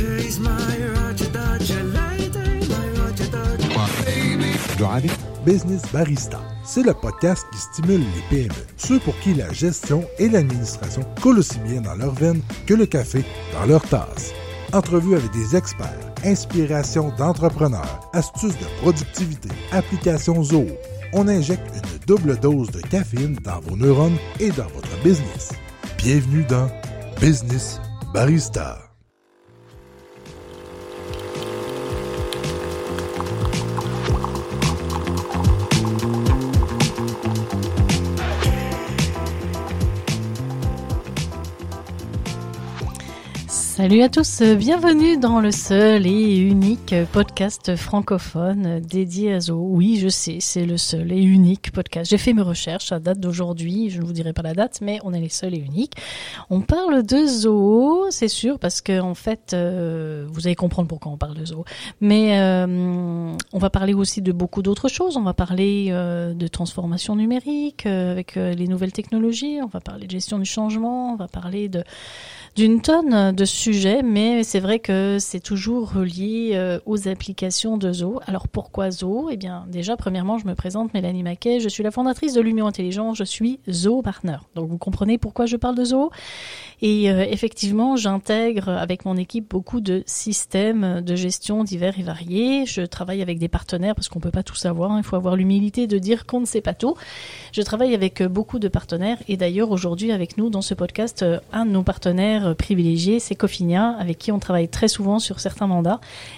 Driving Business Barista. C'est le podcast qui stimule les PME, ceux pour qui la gestion et l'administration coulent aussi bien dans leurs veines que le café dans leur tasse. Entrevues avec des experts, inspiration d'entrepreneurs, astuces de productivité, applications Zoho. On injecte une double dose de caféine dans vos neurones et dans votre business. Bienvenue dans Business Barista. Salut à tous, bienvenue dans le seul et unique podcast francophone dédié à Zoho. Oui, je sais, c'est le seul et unique podcast. J'ai fait mes recherches à date d'aujourd'hui, je ne vous dirai pas la date, mais on est les seuls et uniques. On parle de Zoho, c'est sûr, parce que en fait, vous allez comprendre pourquoi on parle de Zoho. Mais on va parler aussi de beaucoup d'autres choses. On va parler de transformation numérique avec les nouvelles technologies. On va parler de gestion du changement. On va parler d'une tonne de sujets, mais c'est vrai que c'est toujours relié aux applications de Zoho. Alors pourquoi Zoho ? Eh bien, déjà, premièrement, je me présente, Mélanie Maquet, je suis la fondatrice de Lumio Intelligence, je suis Zoho Partner. Donc vous comprenez pourquoi je parle de Zoho ? Et effectivement, j'intègre avec mon équipe beaucoup de systèmes de gestion divers et variés. Je travaille avec des partenaires parce qu'on peut pas tout savoir, hein. Il faut avoir l'humilité de dire qu'on ne sait pas tout. Je travaille avec beaucoup de partenaires et d'ailleurs aujourd'hui avec nous dans ce podcast, un de nos partenaires privilégiés, c'est Cofinia, avec qui on travaille très souvent sur certains mandats.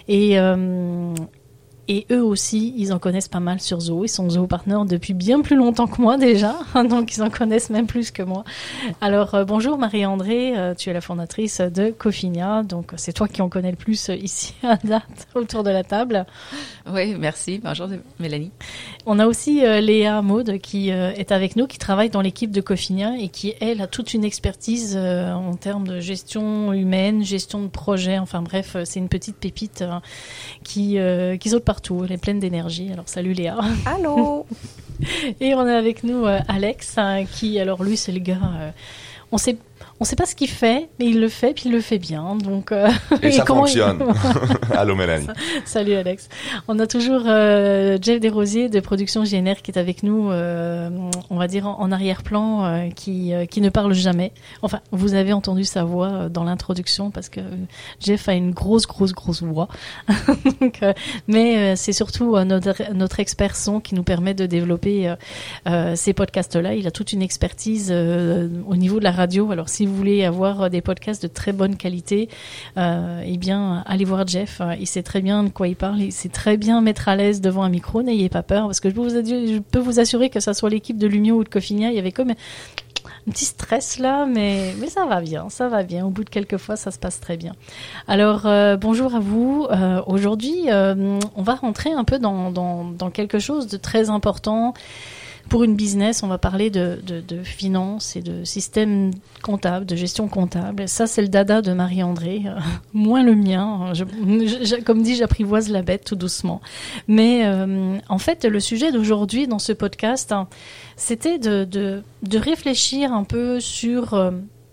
Et eux aussi, ils en connaissent pas mal sur Zoho. Ils sont Zoho Partners depuis bien plus longtemps que moi déjà, donc ils en connaissent même plus que moi. Alors bonjour Marie-André, tu es la fondatrice de Cofinia, donc c'est toi qui en connais le plus ici à date autour de la table. Oui, merci. Bonjour Mélanie. On a aussi Léa Maud qui est avec nous, qui travaille dans l'équipe de Cofinia et qui, elle, a toute une expertise en termes de gestion humaine, gestion de projet, enfin bref, c'est une petite pépite qui saute partout, elle est pleine d'énergie. Alors salut Léa. Allô. Et on a avec nous Alex, qui, alors lui, c'est le gars, on sait pas ce qu'il fait, mais il le fait, puis il le fait bien. Donc, et ça fonctionne. Allô Mélanie. Salut Alex. On a toujours Jeff Desrosiers de Production GNR qui est avec nous, on va dire en arrière-plan, qui ne parle jamais. Enfin, vous avez entendu sa voix dans l'introduction parce que Jeff a une grosse voix. Donc, mais c'est surtout notre expert son qui nous permet de développer ces podcasts-là. Il a toute une expertise au niveau de la radio. Alors si vous voulez avoir des podcasts de très bonne qualité, eh bien, allez voir Jeff. Il sait très bien de quoi il parle. Il sait très bien mettre à l'aise devant un micro. N'ayez pas peur, parce que je peux vous assurer que ça soit l'équipe de Lumio ou de Cofinia, il y avait comme un petit stress là, mais ça va bien, ça va bien. Au bout de quelques fois, ça se passe très bien. Alors, bonjour à vous. Aujourd'hui, on va rentrer un peu dans quelque chose de très important. Pour une business, on va parler de finance et de système comptable, de gestion comptable. Ça, c'est le dada de Marie-André, moins le mien. Comme dit, j'apprivoise la bête tout doucement. Mais en fait, le sujet d'aujourd'hui dans ce podcast, c'était de réfléchir un peu sur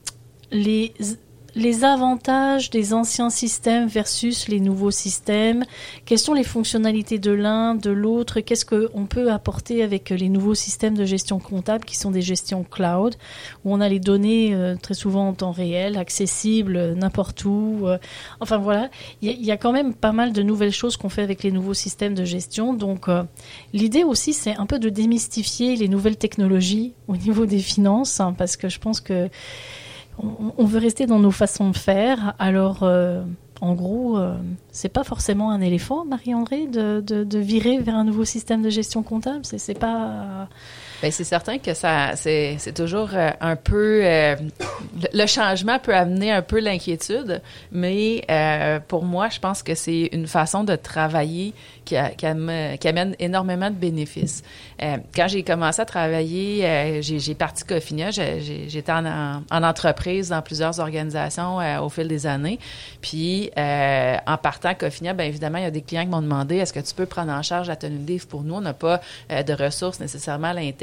les avantages des anciens systèmes versus les nouveaux systèmes. Quelles sont les fonctionnalités de l'un, de l'autre? Qu'est-ce qu'on peut apporter avec les nouveaux systèmes de gestion comptable qui sont des gestions cloud, où on a les données très souvent en temps réel, accessibles n'importe où. Enfin voilà, il y a quand même pas mal de nouvelles choses qu'on fait avec les nouveaux systèmes de gestion. Donc l'idée aussi, c'est un peu de démystifier les nouvelles technologies au niveau des finances, hein, parce que je pense que on veut rester dans nos façons de faire. Alors, en gros, c'est pas forcément un éléphant, Marie-André, de virer vers un nouveau système de gestion comptable. C'est pas. Ben c'est certain que c'est toujours un peu le changement peut amener un peu l'inquiétude, mais pour moi, je pense que c'est une façon de travailler qui amène énormément de bénéfices. Quand j'ai commencé à travailler, j'ai parti Cofinia, j'étais en entreprise dans plusieurs organisations au fil des années. Puis en partant Cofinia, bien évidemment, il y a des clients qui m'ont demandé est-ce que tu peux prendre en charge la tenue de livre pour nous? On n'a pas de ressources nécessairement à l'interne.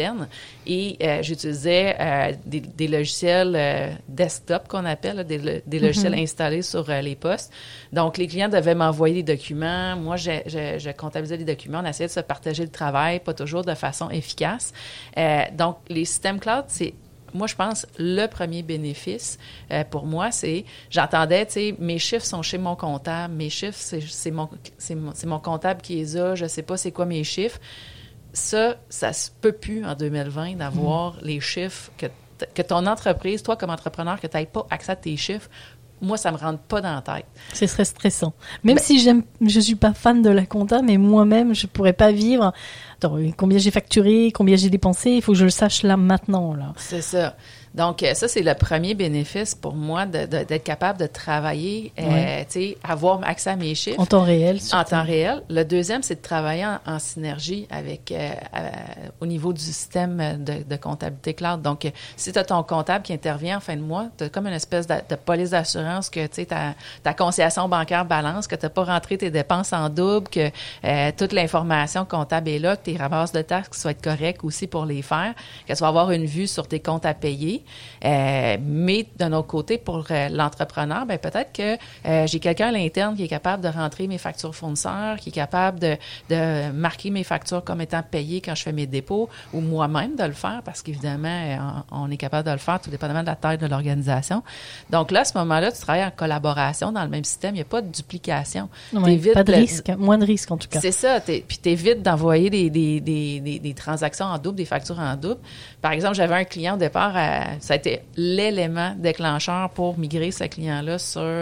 interne et j'utilisais des logiciels desktop qu'on appelle, là, des logiciels installés sur les postes. Donc, les clients devaient m'envoyer des documents. Moi, je comptabilisais les documents. On essayait de se partager le travail, pas toujours de façon efficace. Donc, les systèmes cloud, c'est, moi, je pense, le premier bénéfice pour moi, c'est, j'entendais, tu sais, mes chiffres sont chez mon comptable, mes chiffres, c'est mon comptable qui les a, je sais pas c'est quoi mes chiffres. Ça se peut plus en 2020 d'avoir les chiffres que ton entreprise, toi comme entrepreneur, que tu n'aies pas accès à tes chiffres. Moi, ça me rentre pas dans la tête. Ce serait stressant. Même si je suis pas fan de la compta, mais moi-même, je pourrais pas vivre. Attends, combien j'ai facturé, combien j'ai dépensé, il faut que je le sache là, maintenant, là. C'est ça. Donc, ça, c'est le premier bénéfice pour moi d'être capable de travailler, tu sais, avoir accès à mes chiffres. En temps réel. Surtout. En temps réel. Le deuxième, c'est de travailler en synergie avec, au niveau du système de comptabilité cloud. Donc, si tu as ton comptable qui intervient en fin de mois, tu as comme une espèce de police d'assurance que, tu sais, ta conciliation bancaire balance, que tu n'as pas rentré tes dépenses en double, que toute l'information comptable est là, que tes ramasses de taxes soient correctes aussi pour les faire, que tu vas avoir une vue sur tes comptes à payer. Mais d'un autre côté, pour l'entrepreneur, ben peut-être que j'ai quelqu'un à l'interne qui est capable de rentrer mes factures fournisseurs, qui est capable de marquer mes factures comme étant payées quand je fais mes dépôts, ou moi-même de le faire, parce qu'évidemment, on est capable de le faire tout dépendamment de la taille de l'organisation. Donc là, à ce moment-là, tu travailles en collaboration dans le même système. Il n'y a pas de duplication. Oui, pas de risque, moins de risque en tout cas. C'est ça. Puis t'évites d'envoyer des transactions en double, des factures en double. Par exemple, j'avais un client au départ, ça a été l'élément déclencheur pour migrer ce client-là sur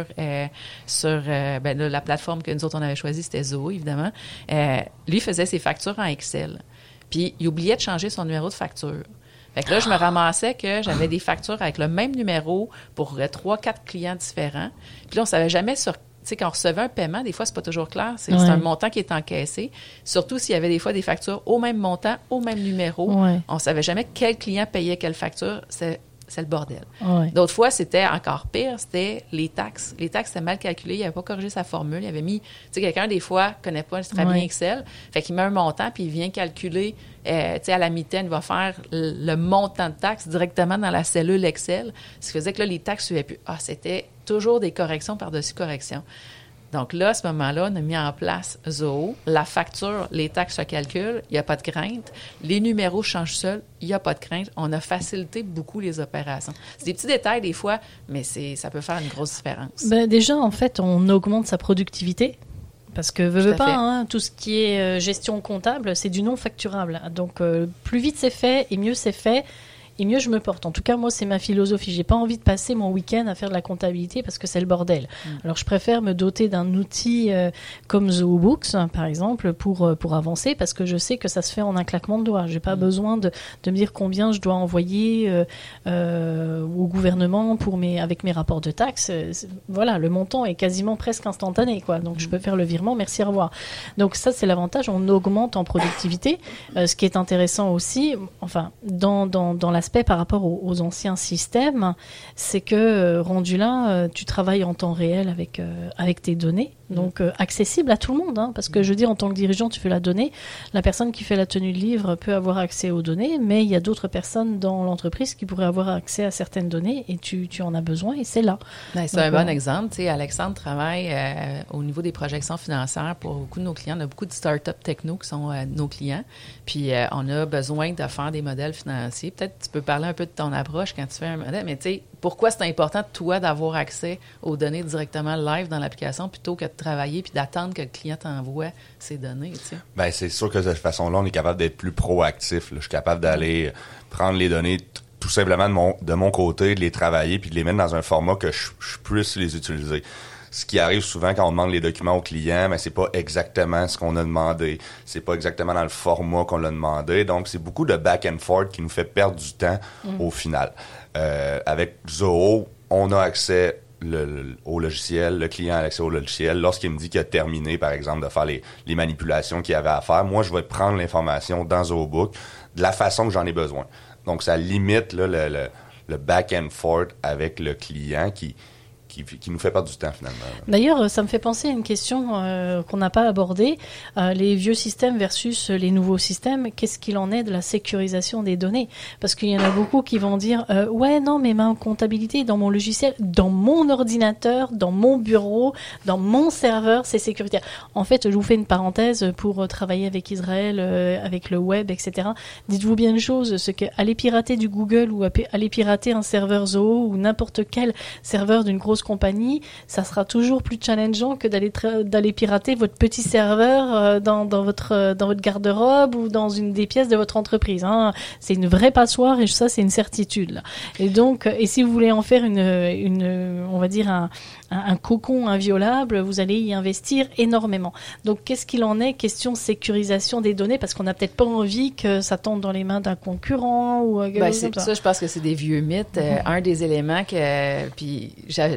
la plateforme que nous autres, on avait choisie, c'était Zoho, évidemment. Lui faisait ses factures en Excel. Puis, il oubliait de changer son numéro de facture. Fait que là, je me ramassais que j'avais des factures avec le même numéro pour 3-4 clients différents. Puis là, on savait jamais sur... Tu sais, quand on recevait un paiement, des fois, c'est pas toujours clair. C'est un montant qui est encaissé. Surtout s'il y avait des fois des factures au même montant, au même numéro. Ouais. On savait jamais quel client payait quelle facture. C'est le bordel. Ouais. D'autres fois, c'était encore pire, c'était les taxes. Les taxes, c'était mal calculé. Il n'avait pas corrigé sa formule. Il avait mis... Tu sais, quelqu'un, des fois, ne connaît pas très bien Excel. Fait qu'il met un montant, puis il vient calculer... tu sais, à la mitaine, il va faire le montant de taxes directement dans la cellule Excel. Ce qui faisait que là, les taxes ne suivaient plus. C'était toujours des corrections par-dessus corrections. Donc là, à ce moment-là, on a mis en place Zoho. La facture, les taxes se calculent, il n'y a pas de crainte. Les numéros changent seuls, il n'y a pas de crainte. On a facilité beaucoup les opérations. C'est des petits détails des fois, mais ça peut faire une grosse différence. Ben, déjà, en fait, on augmente sa productivité. Parce que veux pas, tout ce qui est gestion comptable, c'est du non facturable. Donc, plus vite c'est fait et mieux c'est fait. Et mieux je me porte. En tout cas, moi, c'est ma philosophie. J'ai pas envie de passer mon week-end à faire de la comptabilité parce que c'est le bordel. Alors, je préfère me doter d'un outil comme Zoho Books, par exemple, pour avancer, parce que je sais que ça se fait en un claquement de doigts. J'ai pas besoin de me dire combien je dois envoyer au gouvernement avec mes rapports de taxes. Voilà, le montant est quasiment presque instantané, quoi. Donc, je peux faire le virement, merci, au revoir. Donc, ça, c'est l'avantage. On augmente en productivité. Ce qui est intéressant aussi, enfin, dans l'aspect par rapport aux anciens systèmes, c'est que rendu là, tu travailles en temps réel avec tes données, donc accessible à tout le monde, parce que je veux dire, en tant que dirigeant, tu fais la donnée, la personne qui fait la tenue de livre peut avoir accès aux données, mais il y a d'autres personnes dans l'entreprise qui pourraient avoir accès à certaines données et tu en as besoin et c'est là. Ben, c'est un bon exemple. Tu sais, Alexandre travaille au niveau des projections financières pour beaucoup de nos clients. On a beaucoup de start-up techno qui sont nos clients, puis on a besoin de faire des modèles financiers. Peut-être tu peux parler un peu de ton approche quand tu fais un modèle, mais tu sais, pourquoi c'est important, toi, d'avoir accès aux données directement live dans l'application plutôt que de travailler puis d'attendre que le client t'envoie ces données, tu sais? Bien, c'est sûr que de cette façon-là, on est capable d'être plus proactif. Là. Je suis capable d'aller prendre les données tout simplement de mon côté, de les travailler puis de les mettre dans un format que je puisse les utiliser. Ce qui arrive souvent quand on demande les documents au client, mais c'est pas exactement ce qu'on a demandé. C'est pas exactement dans le format qu'on l'a demandé. Donc, c'est beaucoup de back and forth qui nous fait perdre du temps au final. Avec Zoho, on a accès au logiciel, le client a accès au logiciel. Lorsqu'il me dit qu'il a terminé, par exemple, de faire les manipulations qu'il avait à faire, moi, je vais prendre l'information dans Zoho Book de la façon que j'en ai besoin. Donc, ça limite là, le back and forth avec le client qui qui nous fait perdre du temps, finalement. D'ailleurs, ça me fait penser à une question qu'on n'a pas abordée. Les vieux systèmes versus les nouveaux systèmes, qu'est-ce qu'il en est de la sécurisation des données? Parce qu'il y en a beaucoup qui vont dire « Ouais, non, mais ma comptabilité dans mon logiciel, dans mon ordinateur, dans mon bureau, dans mon serveur, c'est sécuritaire. » En fait, je vous fais une parenthèse pour travailler avec Israël, avec le web, etc. Dites-vous bien une chose, c'est qu'aller pirater du Google ou aller pirater un serveur Zoho ou n'importe quel serveur d'une grosse compagnie, ça sera toujours plus challengeant que d'aller pirater votre petit serveur dans votre garde-robe ou dans une des pièces de votre entreprise. Hein. C'est une vraie passoire et ça, c'est une certitude. Là. Et donc, et si vous voulez en faire on va dire un cocon inviolable, vous allez y investir énormément. Donc, qu'est-ce qu'il en est? Question sécurisation des données, parce qu'on n'a peut-être pas envie que ça tombe dans les mains d'un concurrent ou quelque chose comme ça. Je pense que c'est des vieux mythes. Un des éléments puis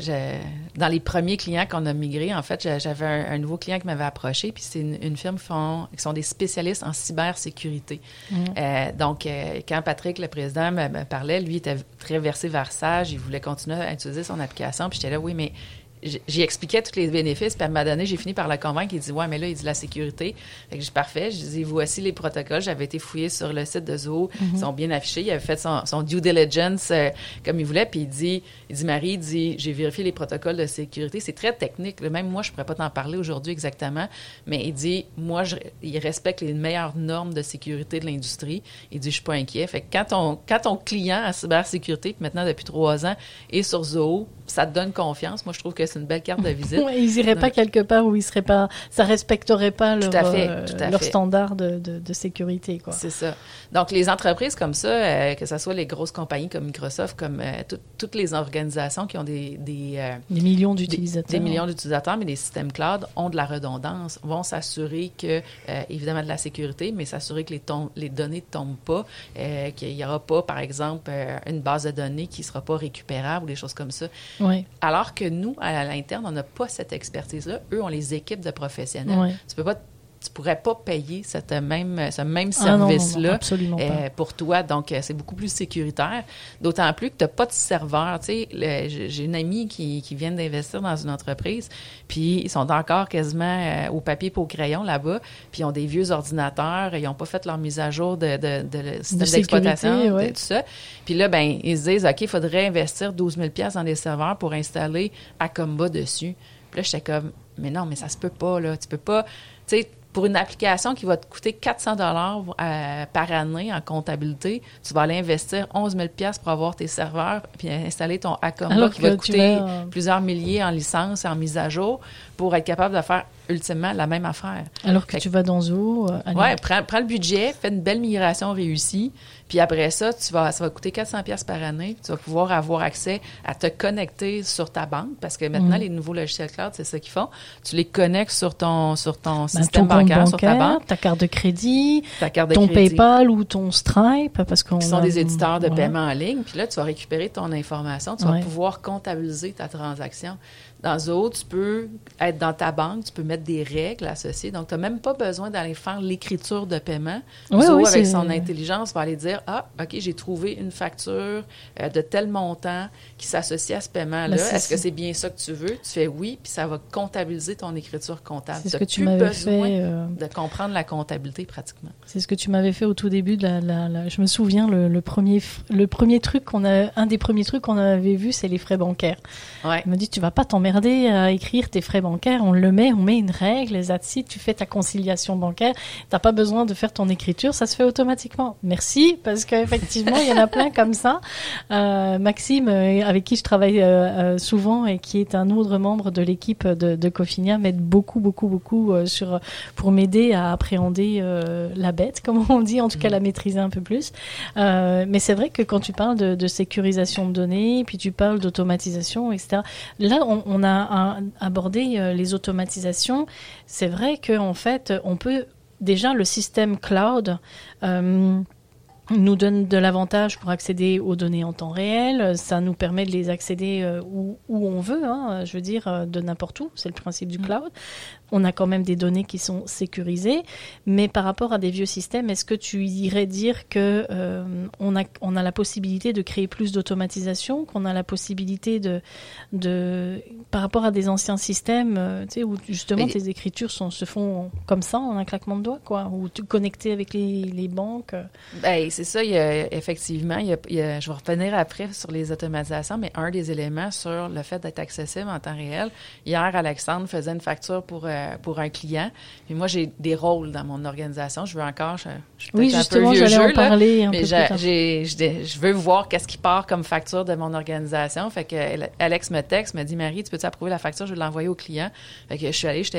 dans les premiers clients qu'on a migrés, en fait, j'avais un nouveau client qui m'avait approché, puis c'est une firme qui sont des spécialistes en cybersécurité. Donc, quand Patrick, le président, me parlait, lui était très versé vers Sage, il voulait continuer à utiliser son application, puis j'étais là, oui, mais j'ai expliqué tous les bénéfices, puis à un moment donné, j'ai fini par le convaincre. Il dit, ouais, mais là, il dit la sécurité. Fait que j'ai dit, parfait. Je dis, voici les protocoles. J'avais été fouillé sur le site de Zoho. Ils sont bien affichés. Il avait fait son due diligence comme il voulait. Puis il dit, Marie, j'ai vérifié les protocoles de sécurité. C'est très technique. Même moi, je pourrais pas t'en parler aujourd'hui exactement. Mais il dit, moi, il respecte les meilleures normes de sécurité de l'industrie. Il dit, je suis pas inquiet. Fait que quand ton client en cybersécurité, puis maintenant depuis 3 ans, est sur Zoho, ça te donne confiance. Moi, je trouve que c'est une belle carte de visite. Ouais, ils iraient pas quelque part où ça respecterait pas leur standard de sécurité, quoi. C'est ça. Donc, les entreprises comme ça, que ce soit les grosses compagnies comme Microsoft, comme toutes les organisations qui ont des millions d'utilisateurs. Des millions d'utilisateurs, mais des systèmes cloud ont de la redondance, vont s'assurer que, évidemment, de la sécurité, mais s'assurer que les données ne tombent pas, qu'il n'y aura pas, par exemple, une base de données qui ne sera pas récupérable ou des choses comme ça. Oui. Alors que nous, à l'interne, on n'a pas cette expertise-là. Eux ont les équipes de professionnels. Oui. Tu pourrais pas payer ce même service-là pour toi. Donc, c'est beaucoup plus sécuritaire. D'autant plus que tu n'as pas de serveur. Tu sais, j'ai une amie qui vient d'investir dans une entreprise, puis ils sont encore quasiment au papier et au crayon là-bas, puis ils ont des vieux ordinateurs, ils n'ont pas fait leur mise à jour de système d'exploitation, tout ça. Puis là, ils se disent, OK, il faudrait investir 12 000 $ dans des serveurs pour installer Akomba dessus. Puis là, j'étais comme, mais non, mais ça se peut pas, là. Tu peux pas, tu sais, pour une application qui va te coûter 400 $ par année en comptabilité, tu vas aller investir 11 000 $ pour avoir tes serveurs puis installer ton Akomba qui va te coûter plusieurs milliers en licence et en mise à jour pour être capable de faire ultimement la même affaire. Alors que tu vas dans Zoho... prends le budget, fais une belle migration réussie, puis après ça, ça va coûter 400 $ par année. Tu vas pouvoir avoir accès à te connecter sur ta banque, parce que maintenant, les nouveaux logiciels cloud, c'est ça qu'ils font. Tu les connectes sur ton système bancaire, sur ta banque. Ta carte de crédit, ton PayPal ou ton Stripe, parce qu'on... Qui sont des éditeurs de paiement en ligne. Puis là, tu vas récupérer ton information, tu vas pouvoir comptabiliser ta transaction. Dans Zoho, tu peux être dans ta banque, tu peux mettre des règles associées. Donc, tu n'as même pas besoin d'aller faire l'écriture de paiement. Zoho, avec son intelligence, va aller dire, OK, j'ai trouvé une facture de tel montant qui s'associe à ce paiement-là. Est-ce que c'est bien ça que tu veux? Tu fais oui, puis ça va comptabiliser ton écriture comptable. C'est ce que tu m'avais fait. De comprendre la comptabilité, pratiquement. C'est ce que tu m'avais fait au tout début de je me souviens, un des premiers trucs qu'on avait vu, c'est les frais bancaires. Ouais. Il m'a dit, tu vas pas t'emmerder à écrire tes frais bancaires, on met une règle, tu fais ta conciliation bancaire, t'as pas besoin de faire ton écriture, ça se fait automatiquement. Merci, parce qu'effectivement, il y en a plein comme ça. Maxime, avec qui je travaille souvent et qui est un autre membre de l'équipe de Cofinia, m'aide beaucoup pour m'aider à appréhender la bête, comme on dit, en tout cas la maîtriser un peu plus. Mais c'est vrai que quand tu parles de sécurisation de données, puis tu parles d'automatisation, etc., là, on a abordé les automatisations. C'est vrai qu'en fait, on peut déjà le système cloud. nous donne de l'avantage pour accéder aux données en temps réel. Ça nous permet de les accéder où on veut, hein, je veux dire, de n'importe où. C'est le principe du cloud. On a quand même des données qui sont sécurisées. Mais par rapport à des vieux systèmes, est-ce que tu irais dire que on a la possibilité de créer plus d'automatisation, qu'on a la possibilité de par rapport à des anciens systèmes, tu sais, où justement tes écritures se font comme ça, en un claquement de doigts, quoi, ou connectées avec les banques? Ben, c'est ça, effectivement, je vais revenir après sur les automatisations, mais un des éléments sur le fait d'être accessible en temps réel. Hier, Alexandre faisait une facture pour un client, puis moi, j'ai des rôles dans mon organisation. Je veux encore, je suis peut-être un peu vieux jeu, là, mais je veux voir qu'est-ce qui part comme facture de mon organisation. Fait que Alex me texte, me dit, Marie, tu peux-tu approuver la facture? Je vais l'envoyer au client. Fait que je suis allée,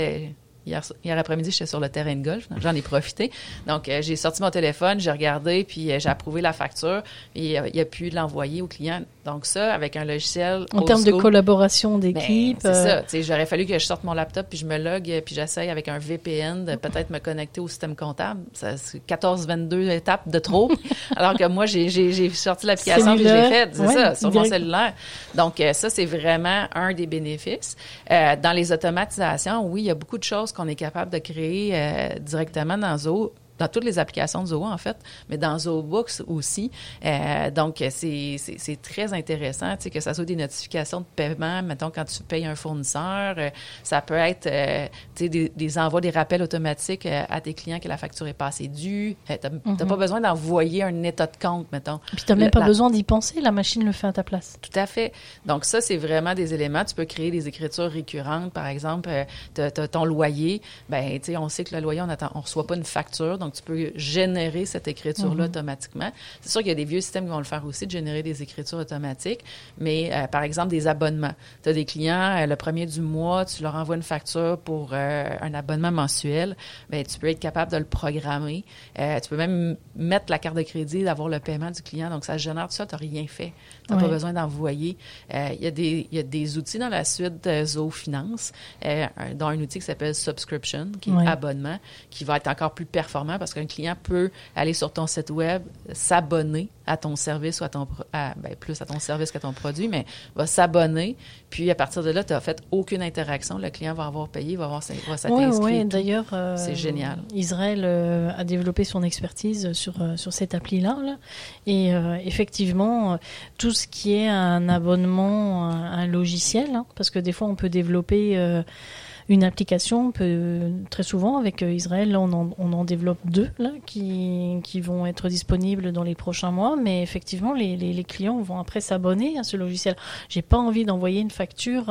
Hier après-midi, j'étais sur le terrain de golf. J'en ai profité. Donc, j'ai sorti mon téléphone, j'ai regardé, puis j'ai approuvé la facture. Et il a pu l'envoyer au client. Donc, ça, avec un logiciel en termes de collaboration d'équipe. C'est ça. J'aurais fallu que je sorte mon laptop, puis je me log, puis j'essaye avec un VPN de peut-être me connecter au système comptable. C'est 14-22 étapes de trop. Alors que moi, j'ai sorti l'application, puis je l'ai faite. C'est ça, sur mon cellulaire. Donc, ça, c'est vraiment un des bénéfices. Dans les automatisations, oui, il y a beaucoup de choses qu'on est capable de créer directement dans Zoho, dans toutes les applications de Zoho, en fait, mais dans ZohoBooks aussi. Donc, c'est très intéressant, tu sais, que ça soit des notifications de paiement, mettons, quand tu payes un fournisseur, ça peut être, tu sais, des envois, des rappels automatiques à tes clients que la facture est passée due. T'as pas besoin d'envoyer un état de compte, mettons. Puis t'as même pas besoin d'y penser, la machine le fait à ta place. Tout à fait. Donc, ça, c'est vraiment des éléments. Tu peux créer des écritures récurrentes, par exemple, t'as ton loyer. Ben, tu sais, on sait que le loyer, on reçoit pas une facture, donc tu peux générer cette écriture-là automatiquement. C'est sûr qu'il y a des vieux systèmes qui vont le faire aussi, de générer des écritures automatiques, mais par exemple, des abonnements. Tu as des clients, le premier du mois, tu leur envoies une facture pour un abonnement mensuel, bien, tu peux être capable de le programmer. Tu peux même mettre la carte de crédit, d'avoir le paiement du client, donc ça génère tout ça, tu n'as rien fait. Tu n'as pas besoin d'envoyer. Il y a des outils dans la suite de Zoho Finance, dont un outil qui s'appelle Subscription, qui est abonnement, qui va être encore plus performant parce qu'un client peut aller sur ton site web, s'abonner à ton service ou plus à ton service qu'à ton produit, mais va s'abonner. Puis, à partir de là, tu n'as fait aucune interaction. Le client va avoir payé, va s'être inscrit. Oui, d'ailleurs, c'est génial. Israël a développé son expertise sur cette appli-là. Là. Et effectivement, tout ce qui est un abonnement, un logiciel, hein, parce que des fois, on peut développer une application, très souvent avec Israël, là, on en développe 2 là, qui vont être disponibles dans les prochains mois, mais effectivement les clients vont après s'abonner à ce logiciel. J'ai pas envie d'envoyer une facture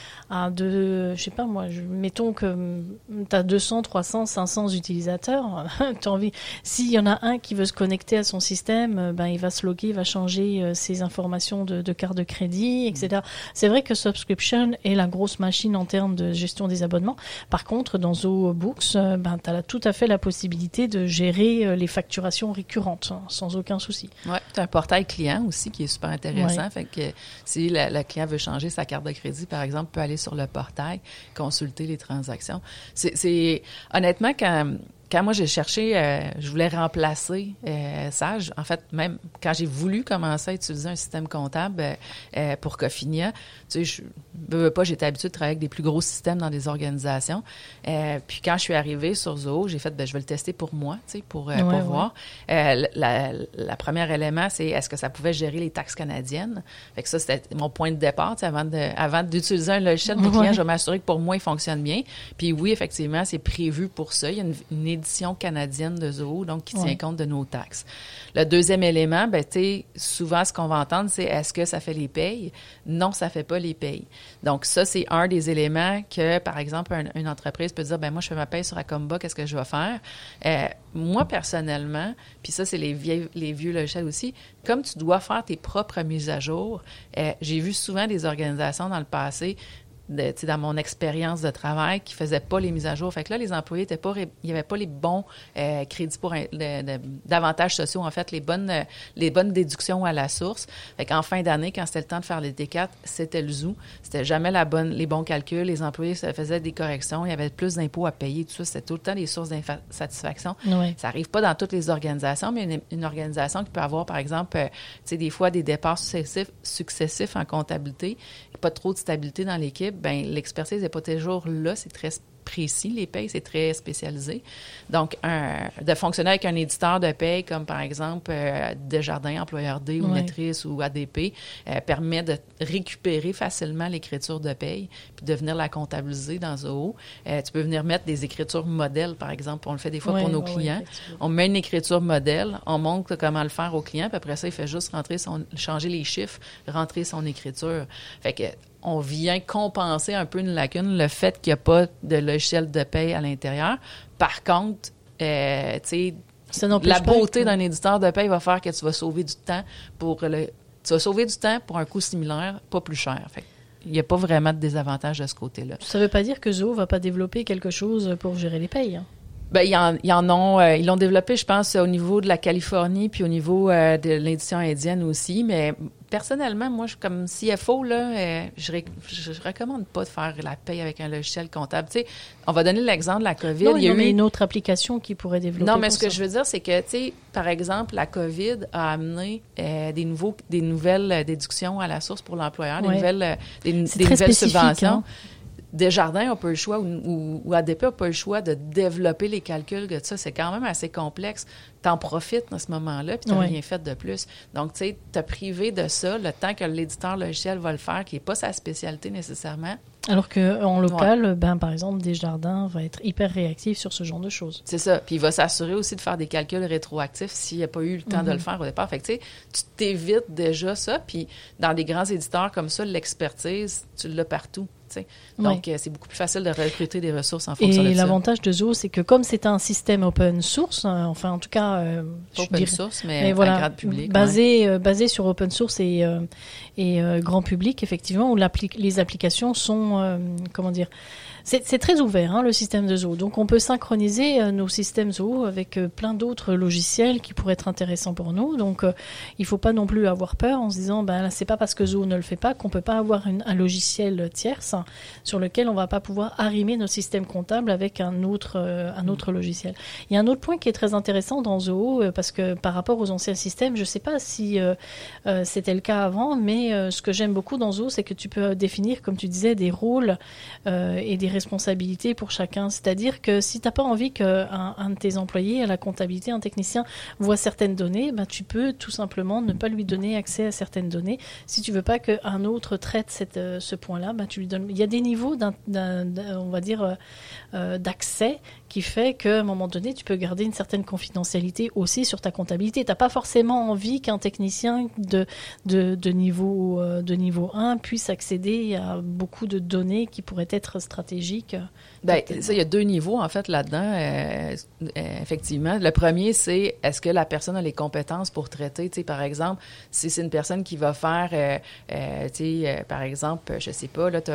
je sais pas moi, mettons que tu as 200, 300, 500 utilisateurs, t'as envie, s'il y en a un qui veut se connecter à son système, ben il va se loguer, il va changer ses informations de carte de crédit, etc. C'est vrai que Subscription est la grosse machine en termes de gestion des abonnements. Par contre, dans ZohoBooks, ben, tu as tout à fait la possibilité de gérer les facturations récurrentes, hein, sans aucun souci. Oui, tu as un portail client aussi qui est super intéressant. Ouais. Fait que si le client veut changer sa carte de crédit, par exemple, peut aller sur le portail, consulter les transactions. C'est honnêtement, quand moi j'ai cherché, je voulais remplacer Sage. En fait, même quand j'ai voulu commencer à utiliser un système comptable pour Cofinia, tu sais, j'étais habituée de travailler avec des plus gros systèmes dans des organisations. Puis quand je suis arrivée sur Zoho, j'ai fait, je vais le tester pour moi, tu sais, pour voir. La première élément, c'est est-ce que ça pouvait gérer les taxes canadiennes. Fait que ça, c'était mon point de départ. Tu sais, avant d'utiliser un logiciel de client, je vais m'assurer que pour moi, il fonctionne bien. Puis oui, effectivement, c'est prévu pour ça. Il y a une édition canadienne de Zoho, donc qui tient compte de nos taxes. Le deuxième élément, souvent, ce qu'on va entendre, c'est est-ce que ça fait les payes? Non, ça fait pas les payes. Donc, ça, c'est un des éléments que, par exemple, une entreprise peut dire, moi, je fais ma paye sur Acomba, qu'est-ce que je vais faire? Moi, personnellement, puis ça, c'est les vieux logiciels aussi, comme tu dois faire tes propres mises à jour, j'ai vu souvent des organisations dans le passé dans mon expérience de travail qui faisaient pas les mises à jour. Fait que là, les employés il y avait pas les bons crédits pour d'avantages sociaux, en fait, les bonnes déductions à la source. Fait qu'en fin d'année, quand c'était le temps de faire les T4, c'était le zoo. C'était jamais les bons calculs. Les employés faisaient des corrections. Il y avait plus d'impôts à payer. Tout ça, c'était tout le temps des sources d'insatisfaction. Oui. Ça arrive pas dans toutes les organisations, mais une organisation qui peut avoir, par exemple, des fois des départs successifs en comptabilité, pas trop de stabilité dans l'équipe, ben l'expertise n'est pas toujours là, c'est très précis, les payes, c'est très spécialisé. Donc, de fonctionner avec un éditeur de paye, comme par exemple Desjardins, Employeur D ou Maîtrise ou ADP, permet de récupérer facilement l'écriture de paye puis de venir la comptabiliser dans Zoho. Tu peux venir mettre des écritures modèles, par exemple. On le fait des fois pour nos clients. On met une écriture modèle, on montre comment le faire au client, puis après ça, il fait juste changer les chiffres, rentrer son écriture. Fait que on vient compenser un peu une lacune, le fait qu'il n'y a pas de logiciel de paye à l'intérieur. Par contre, tu sais, la beauté d'un éditeur de paye va faire que tu vas sauver du temps pour un coût similaire, pas plus cher. Fait il n'y a pas vraiment de désavantage de ce côté-là. Ça ne veut pas dire que Zoho ne va pas développer quelque chose pour gérer les payes. Hein. Ben, ils l'ont développé, je pense, au niveau de la Californie puis au niveau de l'édition indienne aussi. Mais personnellement, moi, comme CFO, là, je recommande pas de faire la paye avec un logiciel comptable. Tu sais, on va donner l'exemple de la COVID. Non, il y a une autre application qui pourrait développer. Non, mais ce que je veux dire, c'est que, tu sais, par exemple, la COVID a amené des nouvelles déductions à la source pour l'employeur, des nouvelles subventions. Hein? Desjardins n'a pas le choix, ou ADP n'a pas le choix de développer les calculs de ça. C'est quand même assez complexe. T'en profites dans ce moment-là, puis t'as rien fait de plus. Donc, tu sais, t'as privé de ça le temps que l'éditeur logiciel va le faire, qui n'est pas sa spécialité nécessairement. Alors qu'en local, par exemple, Desjardins va être hyper réactif sur ce genre de choses. C'est ça. Puis il va s'assurer aussi de faire des calculs rétroactifs s'il n'a pas eu le temps de le faire au départ. Fait que, tu sais, tu t'évites déjà ça. Puis dans des grands éditeurs comme ça, l'expertise, tu l'as partout. T'sais. Donc, c'est beaucoup plus facile de recruter des ressources en fonction de ça. Et l'avantage de Zoho, c'est que comme c'est un système open source, enfin, en tout cas... open source, mais voilà, à grade public. Basé sur open source et grand public, effectivement, où les applications sont... comment dire... C'est très ouvert, hein, le système de Zoho. Donc, on peut synchroniser nos systèmes Zoho avec plein d'autres logiciels qui pourraient être intéressants pour nous. Donc, il ne faut pas non plus avoir peur en se disant, c'est pas parce que Zoho ne le fait pas qu'on peut pas avoir un logiciel tierce sur lequel on va pas pouvoir arrimer notre système comptable avec un autre logiciel. Il y a un autre point qui est très intéressant dans Zoho, parce que par rapport aux anciens systèmes, je sais pas si c'était le cas avant, mais ce que j'aime beaucoup dans Zoho, c'est que tu peux définir, comme tu disais, des rôles et des responsabilités pour chacun. C'est-à-dire que si tu n'as pas envie qu'un de tes employés à la comptabilité, un technicien, voit certaines données, tu peux tout simplement ne pas lui donner accès à certaines données. Si tu veux pas qu'un autre traite ce point-là, tu lui donnes... Il y a des niveaux on va dire, d'accès qui fait qu'à un moment donné, tu peux garder une certaine confidentialité aussi sur ta comptabilité. Tu n'as pas forcément envie qu'un technicien de niveau 1 puisse accéder à beaucoup de données qui pourraient être stratégiques. Ça, il y a deux niveaux, en fait, là-dedans, effectivement. Le premier, c'est est-ce que la personne a les compétences pour traiter? Tu sais, par exemple, si c'est une personne qui va faire, par exemple, je sais pas, là,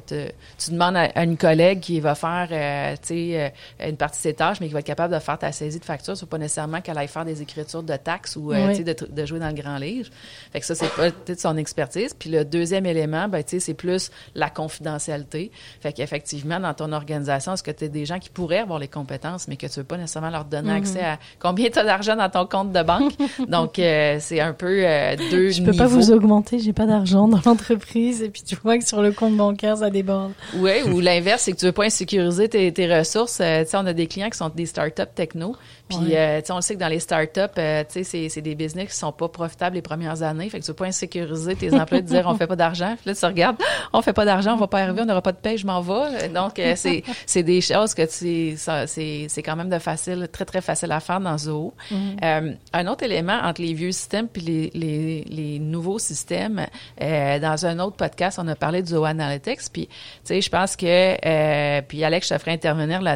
tu demandes à une collègue qui va faire, une partie de ses tâches, mais qui va être capable de faire ta saisie de facture. C'est pas nécessairement qu'elle aille faire des écritures de taxes ou de jouer dans le grand livre. Fait que ça, c'est pas peut-être son expertise. Puis le deuxième élément, c'est plus la confidentialité. Fait qu'effectivement, dans ton organisation, est-ce que tu as des gens qui pourraient avoir les compétences, mais que tu veux pas nécessairement leur donner accès à combien tu as d'argent dans ton compte de banque? Donc, c'est un peu deux niveaux. Je peux pas vous augmenter, j'ai pas d'argent dans l'entreprise, et puis tu vois que sur le compte bancaire, ça déborde. Oui, ou l'inverse, c'est que tu veux pas insécuriser tes ressources. On a des clients qui sont des startups techno. Puis, on le sait que dans les startups, c'est des business qui sont pas profitables les premières années. Fait que tu veux pas insécuriser tes employés de dire on fait pas d'argent. Puis là, tu regardes, on fait pas d'argent, on va pas arriver, on n'aura pas de paye, je m'en vais. Donc, c'est des choses que c'est quand même très, très facile à faire dans Zoho. Un autre élément entre les vieux systèmes puis les nouveaux systèmes, dans un autre podcast, on a parlé de Zoho Analytics. Puis, je pense que, puis Alex, je te ferai intervenir là-dessus,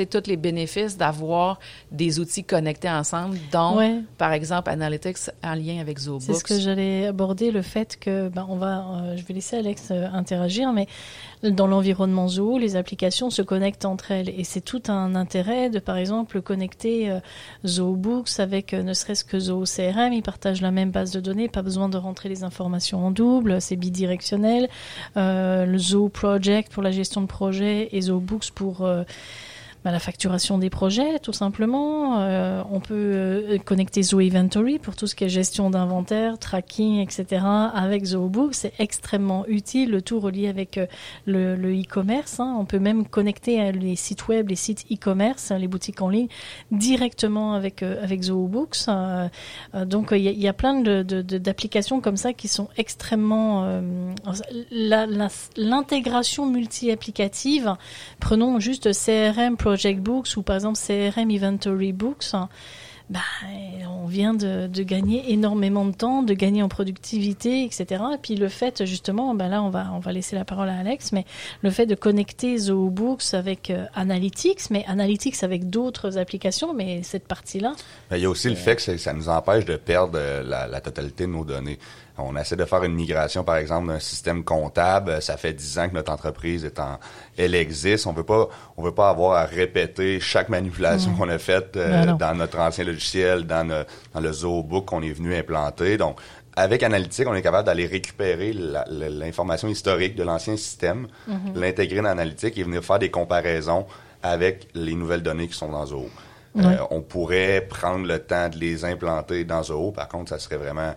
tous les bénéfices d'avoir des outils connectés ensemble, dont, par exemple, Analytics en lien avec ZooBooks. C'est ce que j'allais aborder, le fait que, je vais laisser Alex interagir, mais dans l'environnement Zoo, les applications se connectent entre elles. Et c'est tout un intérêt de, par exemple, connecter ZooBooks avec ne serait-ce que Zoo CRM. Ils partagent la même base de données, pas besoin de rentrer les informations en double, c'est bidirectionnel. Le Zoo Project pour la gestion de projet et ZooBooks pour la facturation des projets, tout simplement. On peut connecter Zoo Inventory pour tout ce qui est gestion d'inventaire, tracking, etc. avec ZooBooks. C'est extrêmement utile, le tout relié avec le e-commerce. On peut même connecter les sites web, les sites e-commerce, les boutiques en ligne, directement avec ZooBooks. Donc, il y a plein d'applications comme ça qui sont extrêmement... l'intégration multi-applicative, prenons juste CRM Project Books ou par exemple CRM Inventory Books, on vient de gagner énormément de temps, de gagner en productivité, etc. Et puis le fait justement, là on va laisser la parole à Alex, mais le fait de connecter ZooBooks avec Analytics, mais Analytics avec d'autres applications, mais cette partie-là... Il y a aussi le fait que ça nous empêche de perdre la totalité de nos données. On essaie de faire une migration, par exemple, d'un système comptable. Ça fait 10 ans que notre entreprise elle existe. On veut pas avoir à répéter chaque manipulation qu'on a faite dans notre ancien logiciel, dans le ZooBook qu'on est venu implanter. Donc, avec Analytics, on est capable d'aller récupérer l'information historique de l'ancien système, l'intégrer dans Analytics et venir faire des comparaisons avec les nouvelles données qui sont dans Zoo. On pourrait prendre le temps de les implanter dans Zoo. Par contre, ça serait vraiment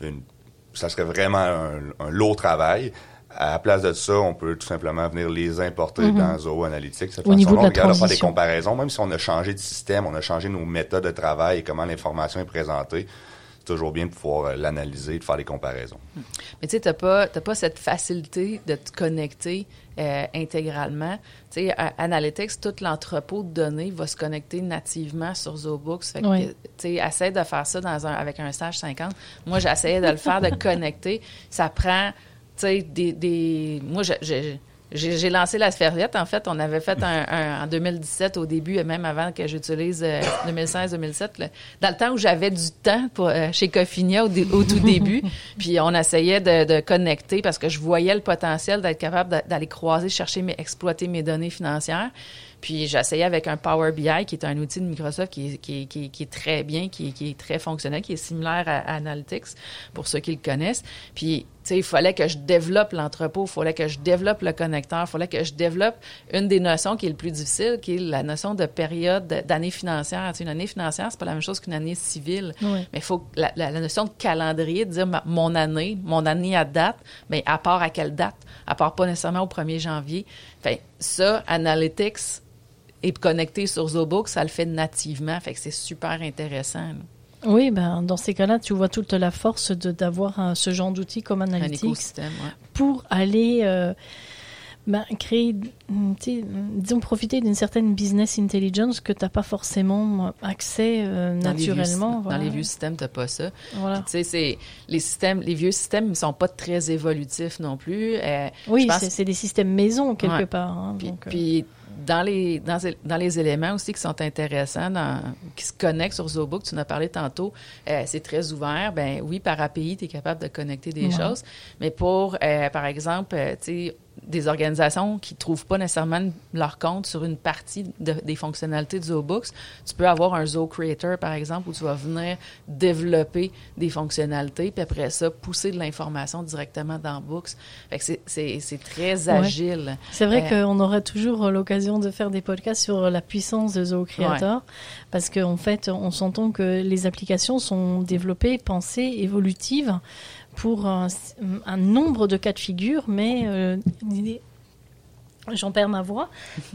un lourd travail. À la place de ça, on peut tout simplement venir les importer dans Zoo Analytics. Au niveau de la on regarde transition. faire des comparaisons, même si on a changé de système, on a changé nos méthodes de travail et comment l'information est présentée. C'est toujours bien de pouvoir l'analyser, de faire des comparaisons. Mais tu sais, t'as pas cette facilité de te connecter intégralement. Tu sais, Analytics, tout l'entrepôt de données va se connecter nativement sur ZooBooks. Fait que, tu sais, essaie de faire ça avec un Sage 50. Moi, j'essayais de le faire, de connecter. Ça prend, tu sais, moi, j'ai lancé la Sphériette. En fait, on avait fait en 2017 au début, et même avant que j'utilise 2016-2017, dans le temps où j'avais du temps chez Cofinia au tout début. Puis on essayait de connecter parce que je voyais le potentiel d'être capable d'aller croiser, exploiter mes données financières. Puis j'essayais avec un Power BI, qui est un outil de Microsoft qui est très bien, qui est très fonctionnel, qui est similaire à Analytics, pour ceux qui le connaissent. Puis, tu sais, il fallait que je développe l'entrepôt, il fallait que je développe le connecteur, il fallait que je développe une des notions qui est le plus difficile, qui est la notion de période d'année financière. Tu sais, une année financière, c'est pas la même chose qu'une année civile. Mais il faut la notion de calendrier, de dire mon année à date, mais à part à quelle date? À part pas nécessairement au 1er janvier. Fait ça, Analytics est connecté sur ZooBooks, ça le fait nativement. Fait que c'est super intéressant. Là. Oui, dans ces cas-là, tu vois toute la force d'avoir ce genre d'outils comme Analytics. Un écosystème, pour aller créer, disons, profiter d'une certaine business intelligence que tu n'as pas forcément accès naturellement. Dans les vieux systèmes, tu n'as pas ça. Voilà. Tu sais, les vieux systèmes ne sont pas très évolutifs non plus. Oui, c'est des systèmes maison quelque part. Hein, puis dans les éléments aussi qui sont intéressants, qui se connectent sur ZooBook, tu en as parlé tantôt, c'est très ouvert. Ben oui, par API, tu es capable de connecter des choses. Mais pour, par exemple, tu sais, des organisations qui ne trouvent pas nécessairement leur compte sur une partie des fonctionnalités de ZooBooks, tu peux avoir un Zoo Creator, par exemple, où tu vas venir développer des fonctionnalités, puis après ça, pousser de l'information directement dans Books. Fait que c'est très agile. C'est vrai qu'on aurait toujours l'occasion de faire des podcasts sur la puissance de Zoo Creator, parce qu'en fait, on s'entend que les applications sont développées, pensées, évolutives, pour un nombre de cas de figure, mais j'en perds ma voix.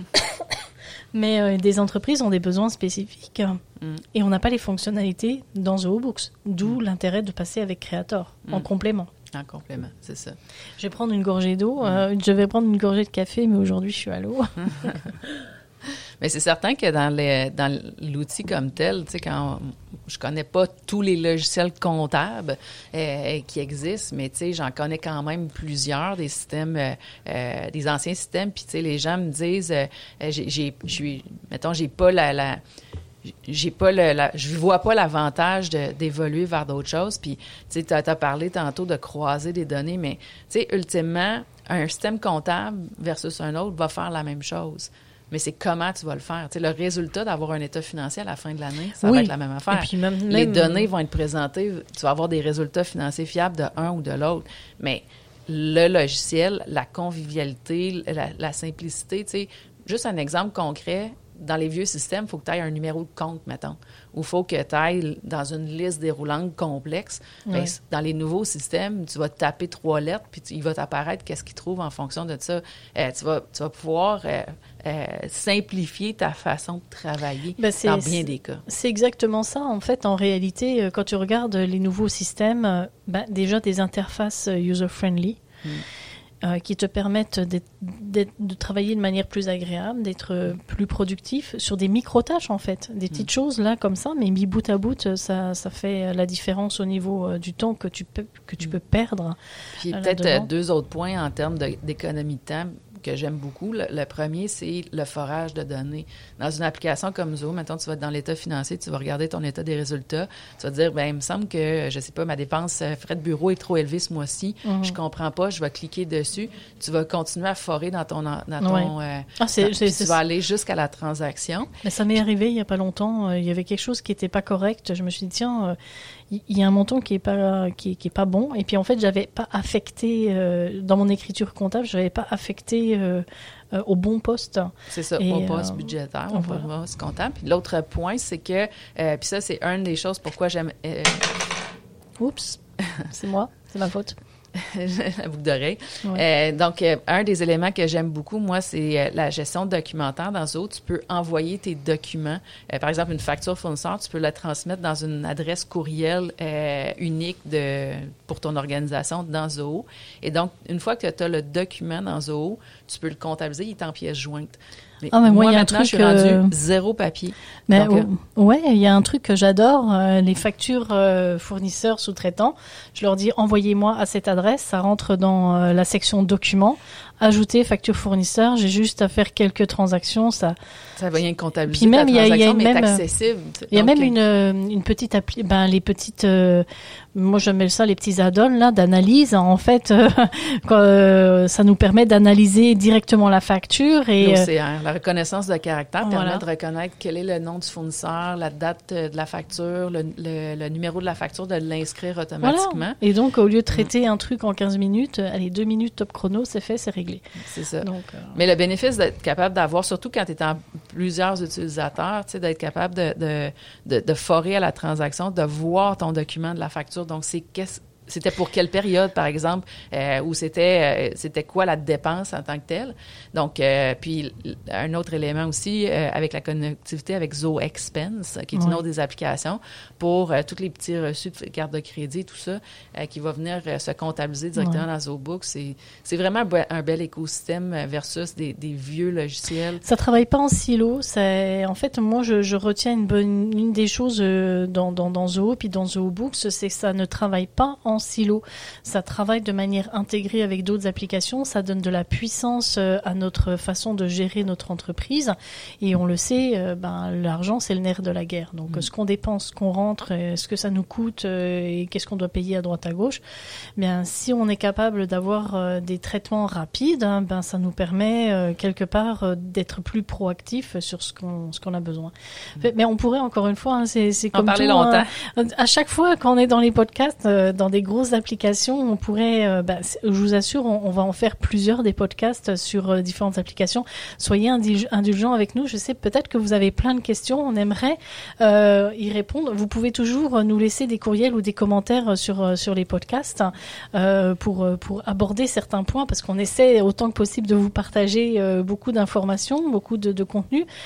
Mais des entreprises ont des besoins spécifiques et on n'a pas les fonctionnalités dans ZooBooks, d'où l'intérêt de passer avec Creator en complément. En complément, c'est ça. Je vais prendre une gorgée d'eau. Je vais prendre une gorgée de café, mais aujourd'hui, je suis à l'eau. Mais c'est certain que dans l'outil comme tel, tu sais, quand je connais pas tous les logiciels comptables qui existent, mais tu sais, j'en connais quand même plusieurs des systèmes, des anciens systèmes. Puis tu sais, les gens me disent, je vois pas l'avantage d'évoluer vers d'autres choses. Puis, tu sais, t'as parlé tantôt de croiser des données, mais, tu sais, ultimement, un système comptable versus un autre va faire la même chose. Mais c'est comment tu vas le faire. Tu sais, le résultat d'avoir un état financier à la fin de l'année, ça va être la même affaire. Et puis même, les données vont être présentées, tu vas avoir des résultats financiers fiables de un ou de l'autre. Mais le logiciel, la convivialité, la simplicité, tu sais, juste un exemple concret. Dans les vieux systèmes, il faut que tu ailles un numéro de compte, mettons, ou il faut que tu ailles dans une liste déroulante complexe. Ouais. Bien, dans les nouveaux systèmes, tu vas taper 3 lettres, puis il va t'apparaître qu'est-ce qu'il trouve en fonction de ça. Tu vas pouvoir simplifier ta façon de travailler dans bien des cas. C'est exactement ça. En fait, en réalité, quand tu regardes les nouveaux systèmes, déjà des interfaces user-friendly, qui te permettent de travailler de manière plus agréable, d'être plus productif sur des micro-tâches, en fait. Des petites choses, là, comme ça, mais mis bout à bout, ça fait la différence au niveau du temps que tu peux perdre. Puis peut-être 2 autres points en termes d'économie de temps que j'aime beaucoup. Le premier, c'est le forage de données. Dans une application comme Zoho, maintenant, tu vas être dans l'état financier, tu vas regarder ton état des résultats, tu vas te dire, il me semble que, je sais pas, ma dépense frais de bureau est trop élevée ce mois-ci, je comprends pas, je vais cliquer dessus, tu vas continuer à forer dans ton tu vas aller jusqu'à la transaction. Mais ça m'est arrivé il y a pas longtemps, il y avait quelque chose qui était pas correct, je me suis dit, tiens, il y a un montant qui est pas bon, et puis en fait, j'avais pas affecté, dans mon écriture comptable, j'avais pas affecté au bon poste. C'est ça, au poste budgétaire, au poste comptable. Puis l'autre point, c'est que, puis ça, c'est une des choses pourquoi j'aime... Oups, c'est moi, c'est ma faute. La boucle d'oreille. Ouais. Donc, un des éléments que j'aime beaucoup, moi, c'est la gestion documentaire. Dans Zoho, tu peux envoyer tes documents. Par exemple, une facture fournisseur, tu peux la transmettre dans une adresse courriel unique pour ton organisation dans Zoho. Et donc, une fois que tu as le document dans Zoho, tu peux le comptabiliser, il est en pièces jointes. Mais moi, il y a un truc, je suis rendu 0 papier. Mais il y a un truc que j'adore, les factures fournisseurs sous-traitants. Je leur dis, envoyez-moi à cette adresse, ça rentre dans la section documents. Ajouter facture fournisseur, j'ai juste à faire quelques transactions, ça va rien comptabiliser. Puis même il y a même accessible. Il y a même une petite appli, les petites moi je mets ça les petits add-ons là d'analyse en fait ça nous permet d'analyser directement la facture et l'OCR, la reconnaissance de caractère permet de reconnaître quel est le nom du fournisseur, la date de la facture, le numéro de la facture, de l'inscrire automatiquement. Voilà. Et donc au lieu de traiter un truc en 15 minutes, allez 2 minutes top chrono, c'est fait, c'est réglé. C'est ça. Donc, mais le bénéfice d'être capable d'avoir, surtout quand tu es en plusieurs utilisateurs, tu sais, d'être capable de forer à la transaction, de voir ton document de la facture. Donc, c'était pour quelle période, par exemple, ou c'était quoi la dépense en tant que telle. Donc, puis un autre élément aussi, avec la connectivité avec Zoho Expense, qui est une autre des applications, pour tous les petits reçus de carte de crédit, tout ça, qui va venir se comptabiliser directement dans Zoho Books. C'est vraiment un bel écosystème versus des vieux logiciels. Ça travaille pas en silo. En fait, moi, je retiens une des choses dans Zoho, puis dans Zoho Books, c'est que ça ne travaille pas en silo. Ça travaille de manière intégrée avec d'autres applications. Ça donne de la puissance à notre façon de gérer notre entreprise. Et on le sait, l'argent, c'est le nerf de la guerre. Donc, ce qu'on dépense, ce qu'on rentre, ce que ça nous coûte et qu'est-ce qu'on doit payer à droite à gauche, bien, si on est capable d'avoir des traitements rapides, ça nous permet quelque part d'être plus proactif sur ce qu'on a besoin. Mais on pourrait, encore une fois, c'est comme parler tout, longtemps. À chaque fois qu'on est dans les podcasts, dans des grosses applications, on pourrait, je vous assure, on va en faire plusieurs des podcasts sur différentes applications. Soyez indulgents avec nous. Je sais peut-être que vous avez plein de questions. On aimerait y répondre. Vous pouvez toujours nous laisser des courriels ou des commentaires sur les podcasts pour aborder certains points, parce qu'on essaie autant que possible de vous partager beaucoup d'informations, beaucoup de contenu.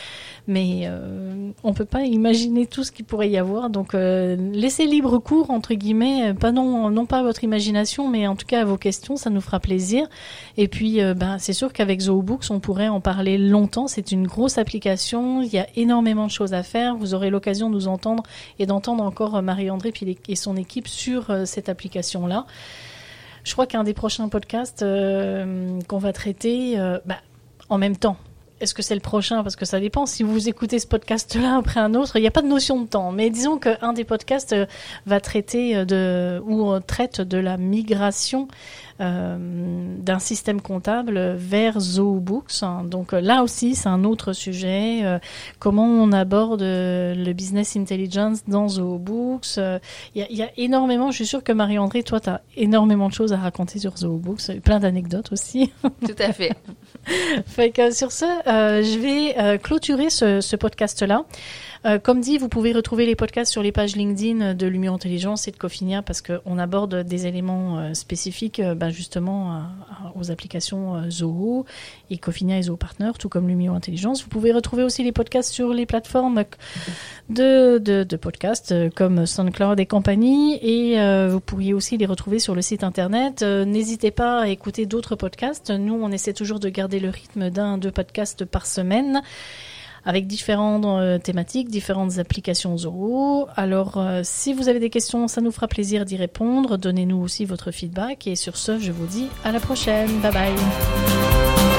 mais on peut pas imaginer tout ce qu'il pourrait y avoir. Donc, laissez libre cours, entre guillemets, non pas à votre imagination, mais en tout cas à vos questions, ça nous fera plaisir. Et puis, c'est sûr qu'avec ZooBooks, on pourrait en parler longtemps. C'est une grosse application, il y a énormément de choses à faire. Vous aurez l'occasion de nous entendre et d'entendre encore Marie-André et son équipe sur cette application-là. Je crois qu'un des prochains podcasts qu'on va traiter, en même temps. Est-ce que c'est le prochain? Parce que ça dépend. Si vous écoutez ce podcast-là après un autre, il n'y a pas de notion de temps. Mais disons qu'un des podcasts va traiter traite de la migration d'un système comptable vers ZooBooks. Donc là aussi, c'est un autre sujet. Comment on aborde le business intelligence dans ZooBooks. Il y a énormément. Je suis sûre que Marie-André, toi, tu as énormément de choses à raconter sur ZooBooks. Plein d'anecdotes aussi. Tout à fait. Fait que sur ce, je vais clôturer ce podcast-là. Comme dit, vous pouvez retrouver les podcasts sur les pages LinkedIn de Lumio Intelligence et de Cofinia parce qu'on aborde des éléments spécifiques justement aux applications Zoho et Cofinia et Zoho Partner, tout comme Lumio Intelligence. Vous pouvez retrouver aussi les podcasts sur les plateformes de podcasts comme SoundCloud et compagnie et vous pourriez aussi les retrouver sur le site internet. N'hésitez pas à écouter d'autres podcasts. Nous, on essaie toujours de garder le rythme d'1-2 podcasts par semaine, avec différentes thématiques, différentes applications Zoho. Alors, si vous avez des questions, ça nous fera plaisir d'y répondre. Donnez-nous aussi votre feedback. Et sur ce, je vous dis à la prochaine. Bye bye.